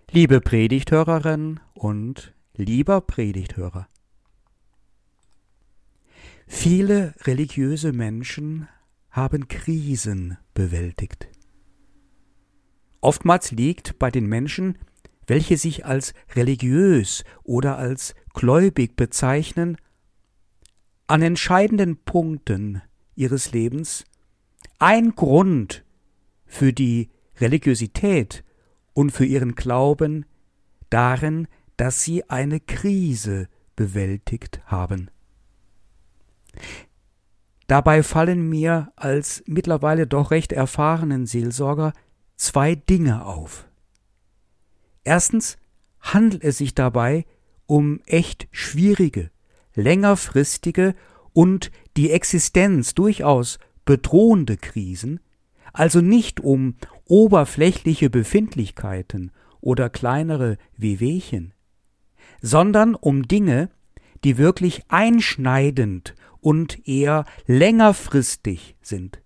Liebe Predigthörerin und lieber Predigthörer, viele religiöse Menschen haben Krisen bewältigt. Oftmals liegt bei den Menschen, welche sich als religiös oder als gläubig bezeichnen, an entscheidenden Punkten ihres Lebens ein Grund für die Religiosität und für ihren Glauben darin, dass sie eine Krise bewältigt haben. Dabei fallen mir als mittlerweile doch recht erfahrenen Seelsorger zwei Dinge auf. Erstens handelt es sich dabei um echt schwierige, längerfristige und die Existenz durchaus bedrohende Krisen, also nicht um oberflächliche Befindlichkeiten oder kleinere Wehwehchen, sondern um Dinge, die wirklich einschneidend und eher längerfristig sind.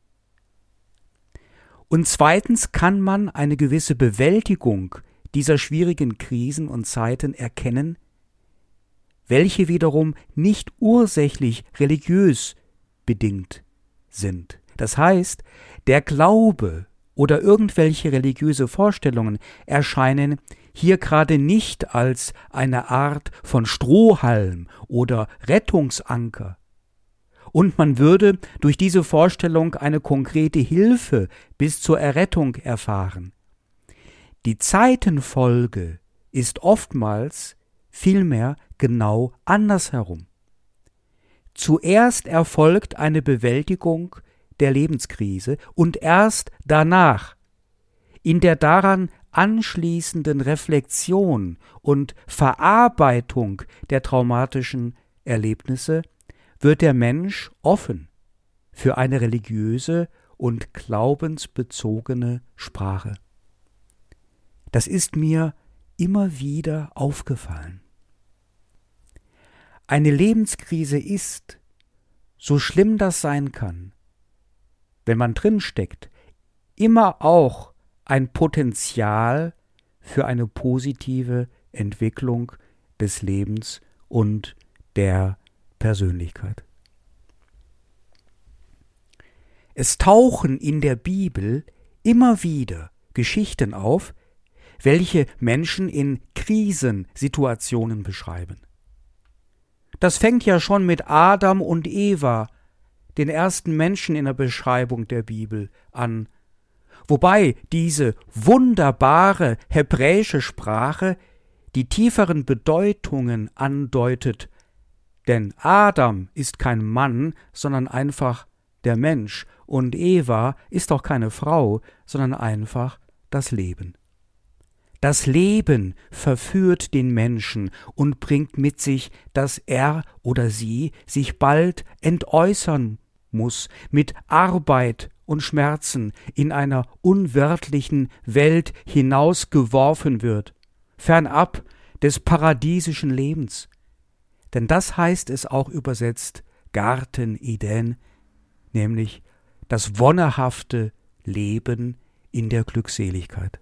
Und zweitens kann man eine gewisse Bewältigung dieser schwierigen Krisen und Zeiten erkennen, welche wiederum nicht ursächlich religiös bedingt sind. Das heißt, der Glaube oder irgendwelche religiöse Vorstellungen erscheinen hier gerade nicht als eine Art von Strohhalm oder Rettungsanker. Und man würde durch diese Vorstellung eine konkrete Hilfe bis zur Errettung erfahren. Die Zeitenfolge ist oftmals vielmehr genau andersherum. Zuerst erfolgt eine Bewältigung der Lebenskrise und erst danach, in der daran anschließenden Reflexion und Verarbeitung der traumatischen Erlebnisse, wird der Mensch offen für eine religiöse und glaubensbezogene Sprache. Das ist mir immer wieder aufgefallen. Eine Lebenskrise ist, so schlimm das sein kann, wenn man drinsteckt, immer auch ein Potenzial für eine positive Entwicklung des Lebens und der Persönlichkeit. Es tauchen in der Bibel immer wieder Geschichten auf, welche Menschen in Krisensituationen beschreiben. Das fängt ja schon mit Adam und Eva, den ersten Menschen in der Beschreibung der Bibel, an, wobei diese wunderbare hebräische Sprache die tieferen Bedeutungen andeutet, denn Adam ist kein Mann, sondern einfach der Mensch, und Eva ist auch keine Frau, sondern einfach das Leben. Das Leben verführt den Menschen und bringt mit sich, dass er oder sie sich bald entäußern muss, mit Arbeit und Schmerzen in einer unwirtlichen Welt hinausgeworfen wird, fernab des paradiesischen Lebens. Denn das heißt es auch übersetzt Garten Eden, nämlich das wonnehafte Leben in der Glückseligkeit.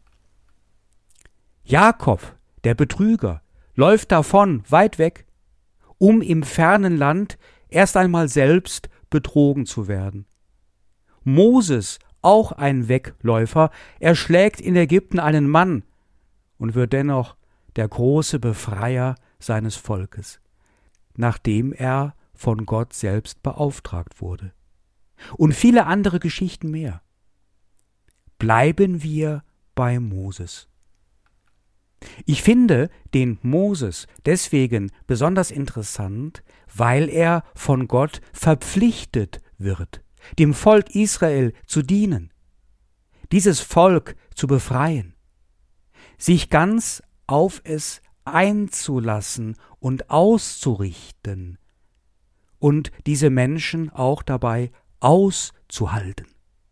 Jakob, der Betrüger, läuft davon weit weg, um im fernen Land erst einmal selbst betrogen zu werden. Moses, auch ein Wegläufer, erschlägt in Ägypten einen Mann und wird dennoch der große Befreier seines Volkes, nachdem er von Gott selbst beauftragt wurde. Und viele andere Geschichten mehr. Bleiben wir bei Moses. Ich finde den Moses deswegen besonders interessant, weil er von Gott verpflichtet wird, dem Volk Israel zu dienen, dieses Volk zu befreien, sich ganz auf es einzulassen und auszurichten und diese Menschen auch dabei auszuhalten.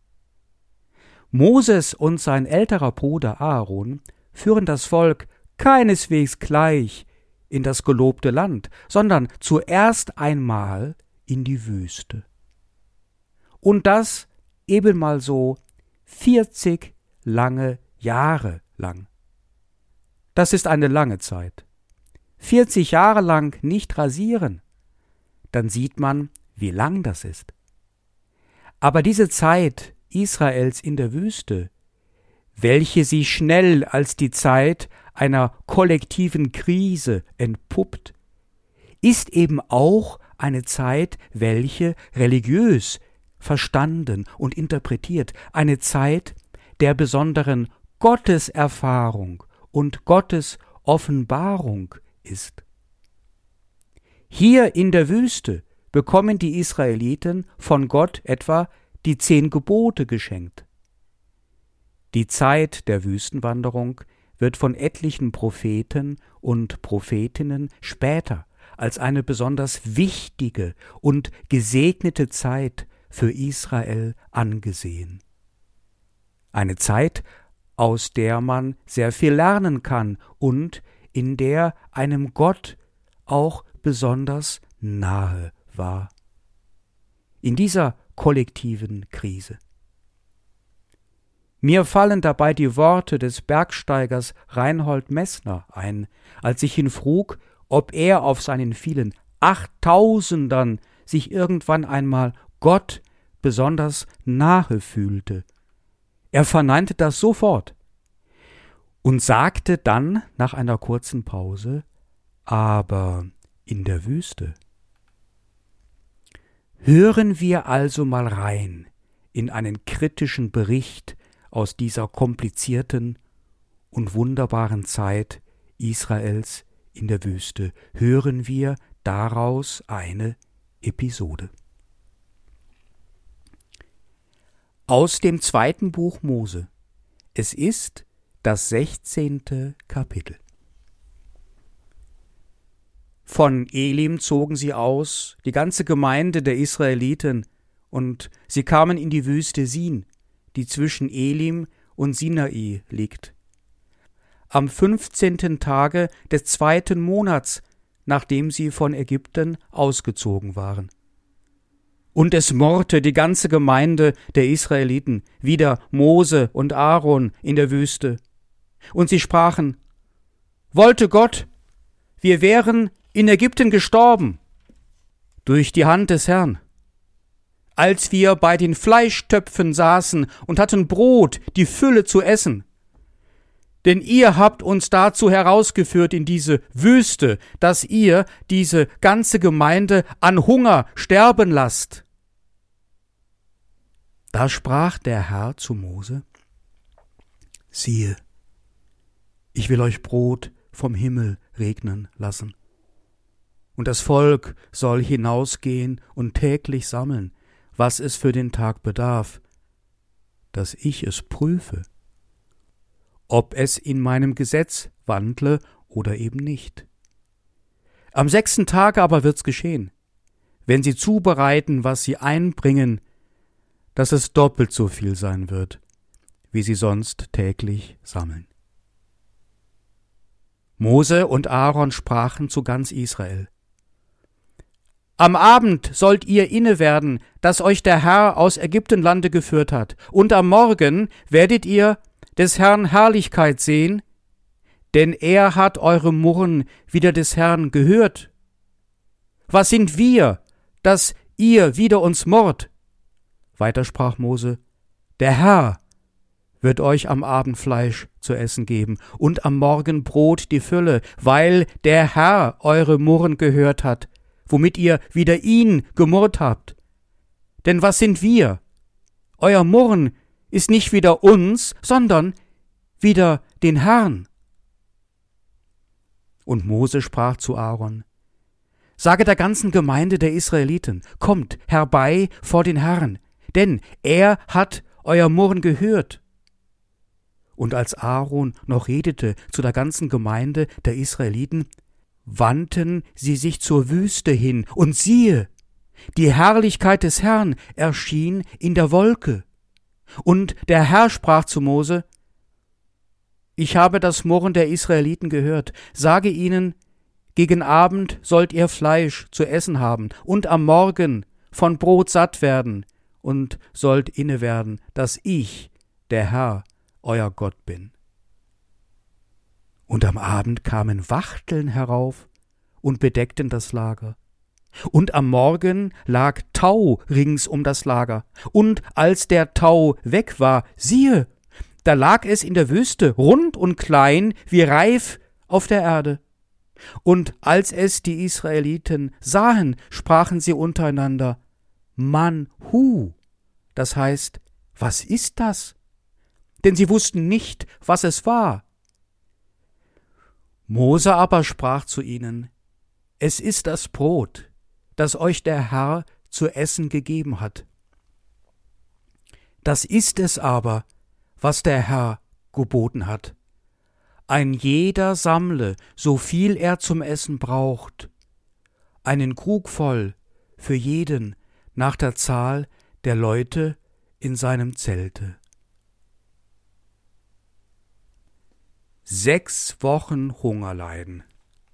Moses und sein älterer Bruder Aaron führen das Volk keineswegs gleich in das gelobte Land, sondern zuerst einmal in die Wüste. Und das eben mal so 40 lange Jahre lang. Das ist eine lange Zeit. 40 Jahre lang nicht rasieren, dann sieht man, wie lang das ist. Aber diese Zeit Israels in der Wüste, welche sich schnell als die Zeit einer kollektiven Krise entpuppt, ist eben auch eine Zeit, welche religiös verstanden und interpretiert, eine Zeit der besonderen Gotteserfahrung und Gottes Offenbarung ist. Hier in der Wüste bekommen die Israeliten von Gott etwa die 10 Gebote geschenkt. Die Zeit der Wüstenwanderung wird von etlichen Propheten und Prophetinnen später als eine besonders wichtige und gesegnete Zeit für Israel angesehen. Eine Zeit, aus der man sehr viel lernen kann und in der einem Gott auch besonders nahe war. In dieser kollektiven Krise. Mir fallen dabei die Worte des Bergsteigers Reinhold Messner ein, als ich ihn frug, ob er auf seinen vielen 8000ern sich irgendwann einmal Gott besonders nahe fühlte. Er verneinte das sofort und sagte dann nach einer kurzen Pause, aber in der Wüste. Hören wir also mal rein in einen kritischen Bericht aus dieser komplizierten und wunderbaren Zeit Israels in der Wüste. Hören wir daraus eine Episode. Aus dem 2. Buch Mose. Es ist das 16. Kapitel. Von Elim zogen sie aus, die ganze Gemeinde der Israeliten, und sie kamen in die Wüste Sin, die zwischen Elim und Sinai liegt. Am 15. Tage des 2. Monats, nachdem sie von Ägypten ausgezogen waren. Und es murrte die ganze Gemeinde der Israeliten, wieder Mose und Aaron in der Wüste. Und sie sprachen: Wollte Gott, wir wären in Ägypten gestorben, durch die Hand des Herrn, als wir bei den Fleischtöpfen saßen und hatten Brot, die Fülle zu essen. Denn ihr habt uns dazu herausgeführt in diese Wüste, dass ihr diese ganze Gemeinde an Hunger sterben lasst. Da sprach der Herr zu Mose: Siehe, ich will euch Brot vom Himmel regnen lassen. Und das Volk soll hinausgehen und täglich sammeln, was es für den Tag bedarf, dass ich es prüfe, ob es in meinem Gesetz wandle oder eben nicht. Am 6. Tage aber wird's geschehen, wenn sie zubereiten, was sie einbringen, dass es doppelt so viel sein wird, wie sie sonst täglich sammeln. Mose und Aaron sprachen zu ganz Israel: Am Abend sollt ihr inne werden, dass euch der Herr aus Ägyptenlande geführt hat, und am Morgen werdet ihr des Herrn Herrlichkeit sehen, denn er hat eure Murren wider des Herrn gehört. Was sind wir, dass ihr wider uns murrt? Weiter sprach Mose: Der Herr wird euch am Abend Fleisch zu essen geben und am Morgen Brot die Fülle, weil der Herr eure Murren gehört hat, womit ihr wider ihn gemurrt habt. Denn was sind wir? Euer Murren ist nicht wider uns, sondern wider den Herrn. Und Mose sprach zu Aaron: Sage der ganzen Gemeinde der Israeliten: Kommt herbei vor den Herrn, denn er hat euer Murren gehört. Und als Aaron noch redete zu der ganzen Gemeinde der Israeliten, wandten sie sich zur Wüste hin, und siehe, die Herrlichkeit des Herrn erschien in der Wolke. Und der Herr sprach zu Mose: Ich habe das Murren der Israeliten gehört. Sage ihnen, gegen Abend sollt ihr Fleisch zu essen haben und am Morgen von Brot satt werden und sollt inne werden, dass ich, der Herr, euer Gott bin. Und am Abend kamen Wachteln herauf und bedeckten das Lager. Und am Morgen lag Tau rings um das Lager. Und als der Tau weg war, siehe, da lag es in der Wüste, rund und klein, wie Reif auf der Erde. Und als es die Israeliten sahen, sprachen sie untereinander, Manhu, das heißt, was ist das? Denn sie wussten nicht, was es war. Mose aber sprach zu ihnen, es ist das Brot, das euch der Herr zu essen gegeben hat. Das ist es aber, was der Herr geboten hat. Ein jeder sammle, so viel er zum Essen braucht, einen Krug voll für jeden nach der Zahl der Leute in seinem Zelte. 6 Wochen Hungerleiden.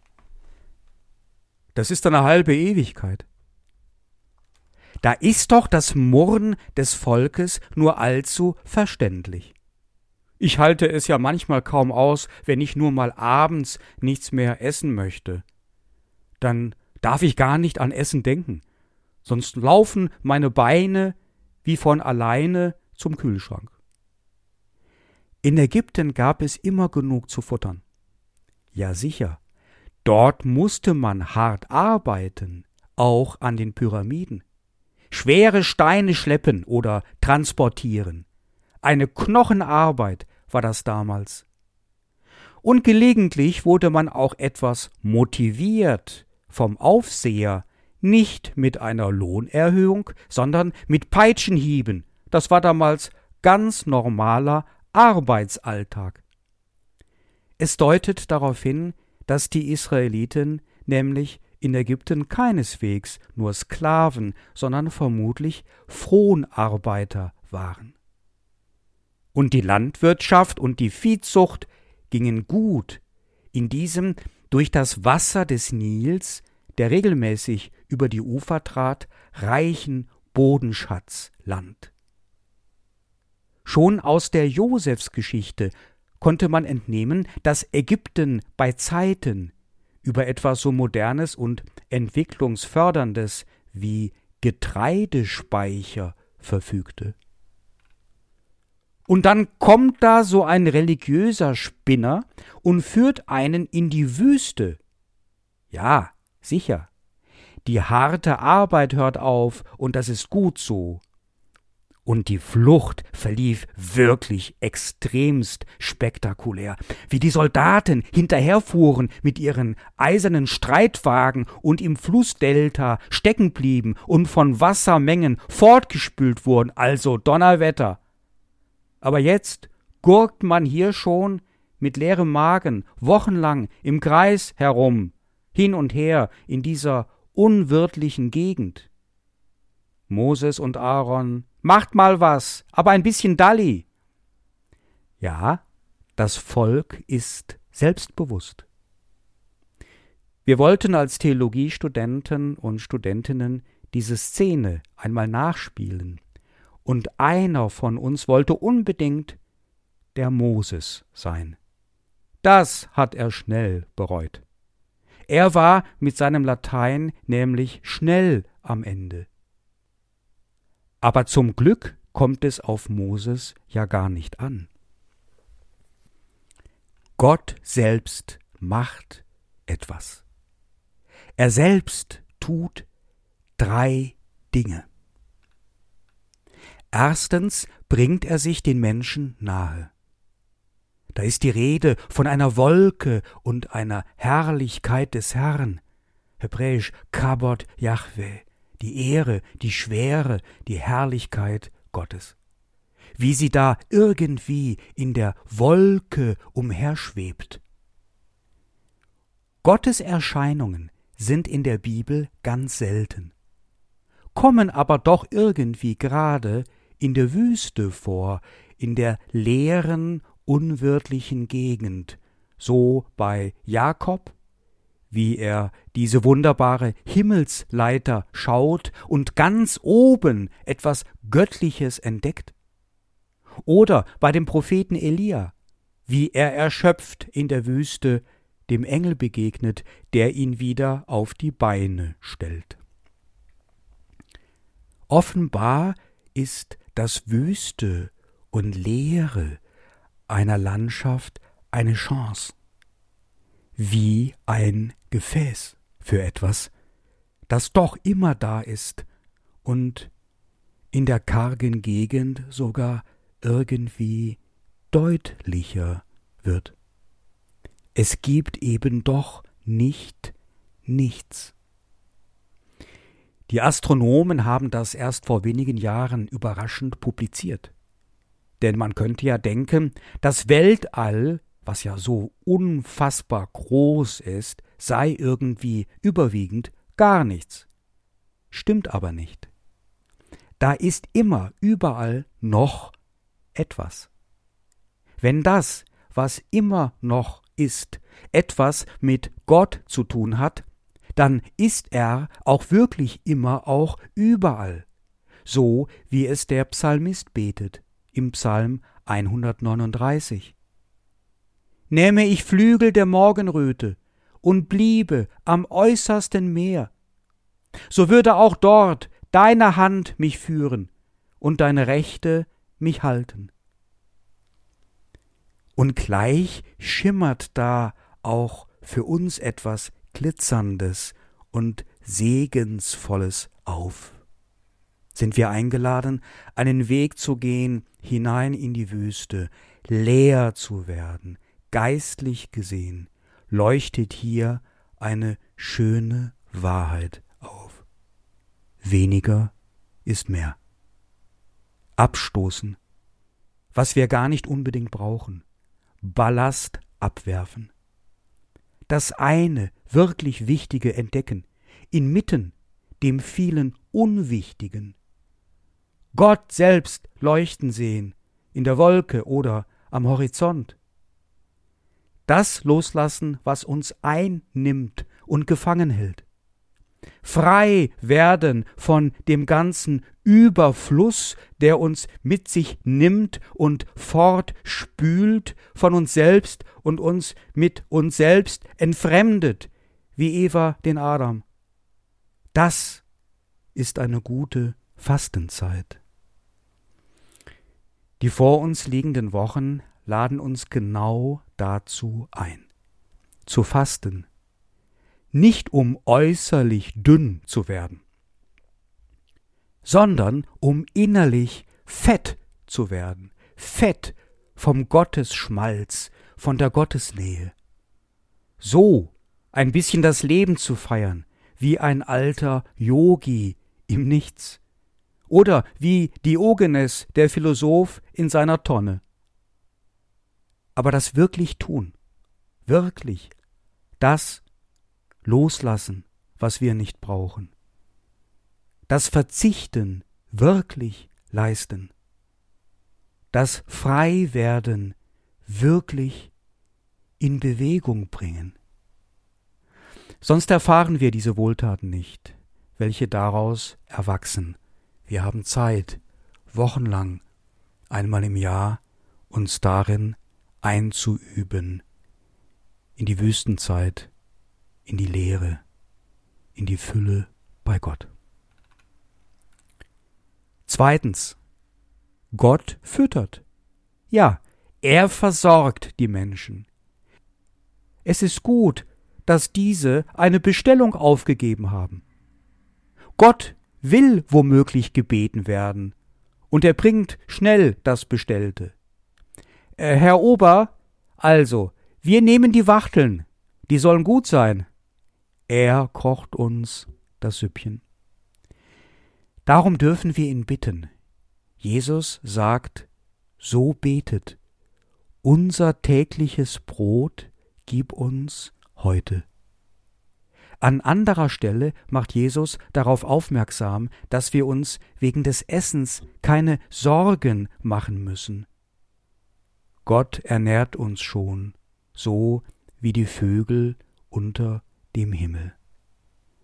Das ist eine halbe Ewigkeit. Da ist doch das Murren des Volkes nur allzu verständlich. Ich halte es ja manchmal kaum aus, wenn ich nur mal abends nichts mehr essen möchte. Dann darf ich gar nicht an Essen denken, sonst laufen meine Beine wie von alleine zum Kühlschrank. In Ägypten gab es immer genug zu futtern. Ja sicher, dort musste man hart arbeiten, auch an den Pyramiden. Schwere Steine schleppen oder transportieren. Eine Knochenarbeit war das damals. Und gelegentlich wurde man auch etwas motiviert vom Aufseher, nicht mit einer Lohnerhöhung, sondern mit Peitschenhieben. Das war damals ganz normaler Arbeitsalltag. Es deutet darauf hin, dass die Israeliten nämlich in Ägypten keineswegs nur Sklaven, sondern vermutlich Fronarbeiter waren. Und die Landwirtschaft und die Viehzucht gingen gut in diesem durch das Wasser des Nils, der regelmäßig über die Ufer trat, reichen Bodenschatzland. Schon aus der Josefsgeschichte konnte man entnehmen, dass Ägypten bei Zeiten über etwas so Modernes und Entwicklungsförderndes wie Getreidespeicher verfügte. Und dann kommt da so ein religiöser Spinner und führt einen in die Wüste. Ja, sicher. Die harte Arbeit hört auf und das ist gut so. Und die Flucht verlief wirklich extremst spektakulär, wie die Soldaten hinterherfuhren mit ihren eisernen Streitwagen und im Flussdelta stecken blieben und von Wassermengen fortgespült wurden, also Donnerwetter. Aber jetzt gurkt man hier schon mit leerem Magen wochenlang im Kreis herum, hin und her in dieser unwirtlichen Gegend. Moses und Aaron, macht mal was, aber ein bisschen Dalli. Ja, das Volk ist selbstbewusst. Wir wollten als Theologiestudenten und Studentinnen diese Szene einmal nachspielen. Und einer von uns wollte unbedingt der Moses sein. Das hat er schnell bereut. Er war mit seinem Latein nämlich schnell am Ende. Aber zum Glück kommt es auf Moses ja gar nicht an. Gott selbst macht etwas. Er selbst tut 3 Dinge. Erstens bringt er sich den Menschen nahe. Da ist die Rede von einer Wolke und einer Herrlichkeit des Herrn. Hebräisch Kabod Yahweh, die Ehre, die Schwere, die Herrlichkeit Gottes. Wie sie da irgendwie in der Wolke umherschwebt. Gottes Erscheinungen sind in der Bibel ganz selten, kommen aber doch irgendwie gerade in der Wüste vor, in der leeren, unwirtlichen Gegend, so bei Jakob, wie er diese wunderbare Himmelsleiter schaut und ganz oben etwas Göttliches entdeckt. Oder bei dem Propheten Elia, wie er erschöpft in der Wüste dem Engel begegnet, der ihn wieder auf die Beine stellt. Offenbar ist das Wüste und Leere einer Landschaft eine Chance, wie ein Gefäß für etwas, das doch immer da ist und in der kargen Gegend sogar irgendwie deutlicher wird. Es gibt eben doch nicht nichts. Die Astronomen haben das erst vor wenigen Jahren überraschend publiziert. Denn man könnte ja denken, das Weltall, was ja so unfassbar groß ist, sei irgendwie überwiegend gar nichts. Stimmt aber nicht. Da ist immer überall noch etwas. Wenn das, was immer noch ist, etwas mit Gott zu tun hat, dann ist er auch wirklich immer auch überall, so wie es der Psalmist betet im Psalm 139. Nähme ich Flügel der Morgenröte und bliebe am äußersten Meer, so würde auch dort deine Hand mich führen und deine Rechte mich halten. Und gleich schimmert da auch für uns etwas Glitzerndes und Segensvolles auf. Sind wir eingeladen, einen Weg zu gehen hinein in die Wüste, leer zu werden, geistlich gesehen, leuchtet hier eine schöne Wahrheit auf. Weniger ist mehr. Abstoßen, was wir gar nicht unbedingt brauchen. Ballast abwerfen. Das eine wirklich Wichtige entdecken, inmitten dem vielen Unwichtigen. Gott selbst leuchten sehen, in der Wolke oder am Horizont. Das loslassen, was uns einnimmt und gefangen hält. Frei werden von dem ganzen Überfluss, der uns mit sich nimmt und fortspült von uns selbst und uns mit uns selbst entfremdet, wie Eva den Adam. Das ist eine gute Fastenzeit. Die vor uns liegenden Wochen laden uns genau dazu ein, zu fasten. Nicht um äußerlich dünn zu werden, sondern um innerlich fett zu werden, fett vom Gottesschmalz, von der Gottesnähe. So ein bisschen das Leben zu feiern, wie ein alter Yogi im Nichts oder wie Diogenes, der Philosoph, in seiner Tonne. Aber das wirklich tun, wirklich, das loslassen, was wir nicht brauchen. Das Verzichten wirklich leisten. Das Freiwerden wirklich in Bewegung bringen. Sonst erfahren wir diese Wohltaten nicht, welche daraus erwachsen. Wir haben Zeit, wochenlang, einmal im Jahr, uns darin einzuüben, in die Wüstenzeit, in die Leere, in die Fülle bei Gott. Zweitens, Gott füttert. Ja, er versorgt die Menschen. Es ist gut, dass diese eine Bestellung aufgegeben haben. Gott will womöglich gebeten werden, und er bringt schnell das Bestellte. Herr Ober, also, wir nehmen die Wachteln, die sollen gut sein. Er kocht uns das Süppchen. Darum dürfen wir ihn bitten. Jesus sagt, so betet, unser tägliches Brot gib uns heute. An anderer Stelle macht Jesus darauf aufmerksam, dass wir uns wegen des Essens keine Sorgen machen müssen. Gott ernährt uns schon, so wie die Vögel unter dem Himmel.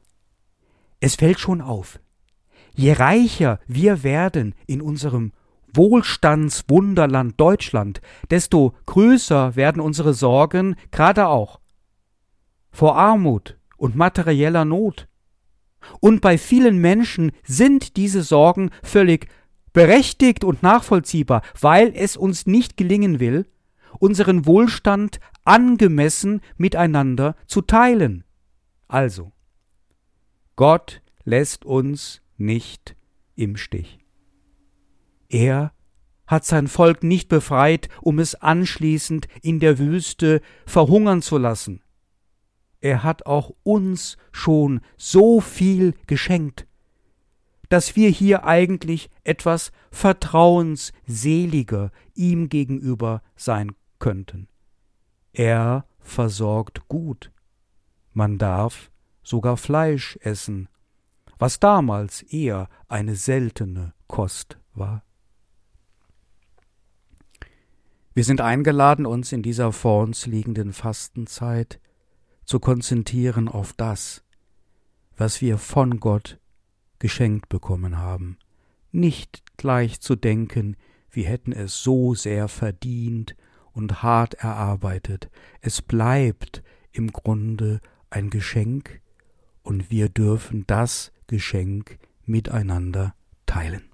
Es fällt schon auf, je reicher wir werden in unserem Wohlstandswunderland Deutschland, desto größer werden unsere Sorgen, gerade auch vor Armut und materieller Not. Und bei vielen Menschen sind diese Sorgen völlig berechtigt und nachvollziehbar, weil es uns nicht gelingen will, unseren Wohlstand angemessen miteinander zu teilen. Also, Gott lässt uns nicht im Stich. Er hat sein Volk nicht befreit, um es anschließend in der Wüste verhungern zu lassen. Er hat auch uns schon so viel geschenkt, dass wir hier eigentlich etwas vertrauensseliger ihm gegenüber sein könnten. Er versorgt gut. Man darf sogar Fleisch essen, was damals eher eine seltene Kost war. Wir sind eingeladen, uns in dieser vor uns liegenden Fastenzeit zu konzentrieren auf das, was wir von Gott geschenkt bekommen haben, nicht gleich zu denken, wir hätten es so sehr verdient und hart erarbeitet. Es bleibt im Grunde ein Geschenk und wir dürfen das Geschenk miteinander teilen.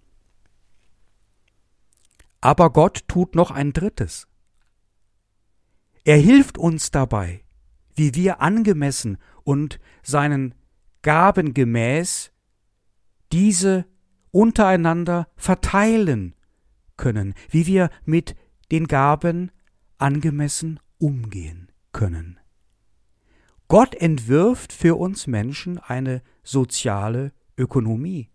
Aber Gott tut noch ein drittes. Er hilft uns dabei, wie wir angemessen und seinen Gaben gemäß diese untereinander verteilen können, wie wir mit den Gaben angemessen umgehen können. Gott entwirft für uns Menschen eine soziale Ökonomie,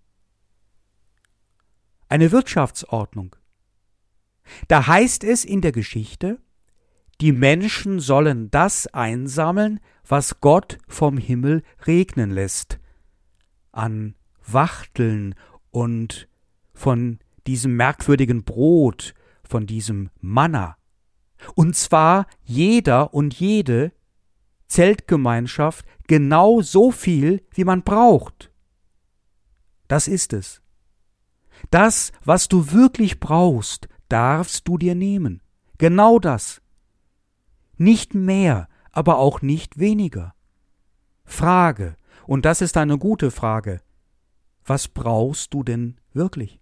eine Wirtschaftsordnung. Da heißt es in der Geschichte, die Menschen sollen das einsammeln, was Gott vom Himmel regnen lässt, an Wachteln und von diesem merkwürdigen Brot, von diesem Manna. Und zwar jeder und jede Zeltgemeinschaft genau so viel, wie man braucht. Das ist es. Das, was du wirklich brauchst, darfst du dir nehmen. Genau das. Nicht mehr, aber auch nicht weniger. Frage, und das ist eine gute Frage, was brauchst du denn wirklich?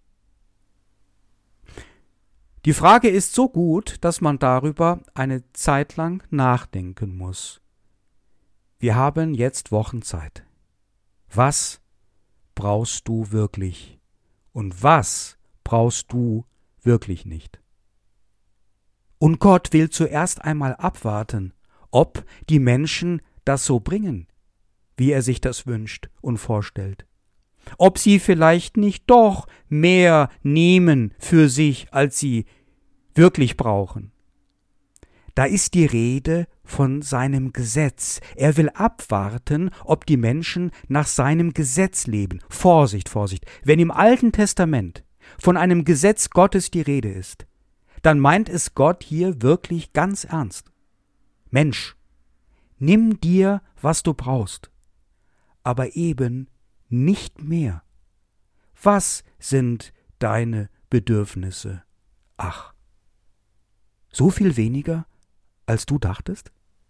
Die Frage ist so gut, dass man darüber eine Zeit lang nachdenken muss. Wir haben jetzt Wochenzeit. Was brauchst du wirklich? Und was brauchst du wirklich nicht? Und Gott will zuerst einmal abwarten, ob die Menschen das so bringen, wie er sich das wünscht und vorstellt. Ob sie vielleicht nicht doch mehr nehmen für sich, als sie wirklich brauchen. Da ist die Rede von seinem Gesetz. Er will abwarten, ob die Menschen nach seinem Gesetz leben. Vorsicht, Vorsicht. Wenn im Alten Testament von einem Gesetz Gottes die Rede ist, dann meint es Gott hier wirklich ganz ernst. Mensch, nimm dir, was du brauchst, aber eben nicht mehr. Was sind deine Bedürfnisse? Ach, so viel weniger, als du dachtest?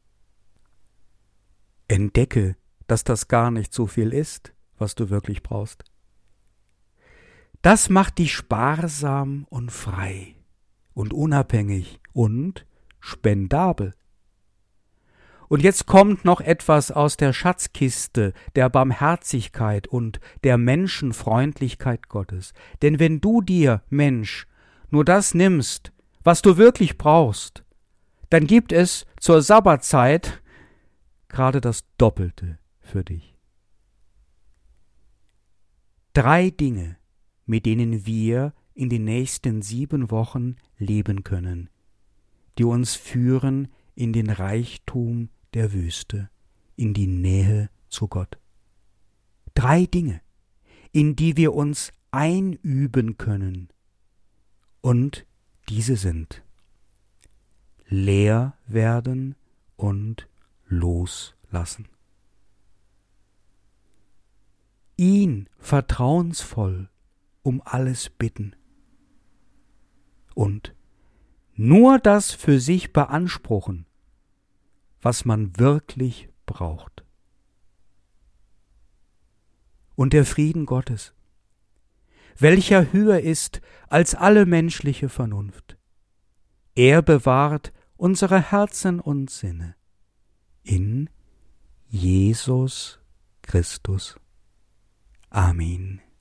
Entdecke, dass das gar nicht so viel ist, was du wirklich brauchst. Das macht dich sparsam und frei und unabhängig und spendabel. Und jetzt kommt noch etwas aus der Schatzkiste der Barmherzigkeit und der Menschenfreundlichkeit Gottes. Denn wenn du dir, Mensch, nur das nimmst, was du wirklich brauchst, dann gibt es zur Sabbatzeit gerade das Doppelte für dich. 3 Dinge, mit denen wir in den nächsten 7 Wochen leben können, die uns führen in den Reichtum der Wüste, in die Nähe zu Gott. 3 Dinge, in die wir uns einüben können. Und diese sind leer werden und loslassen. Ihn vertrauensvoll um alles bitten. und nur das für sich beanspruchen, was man wirklich braucht. Und der Frieden Gottes, welcher höher ist als alle menschliche Vernunft, er bewahrt unsere Herzen und Sinne in Jesus Christus. Amen.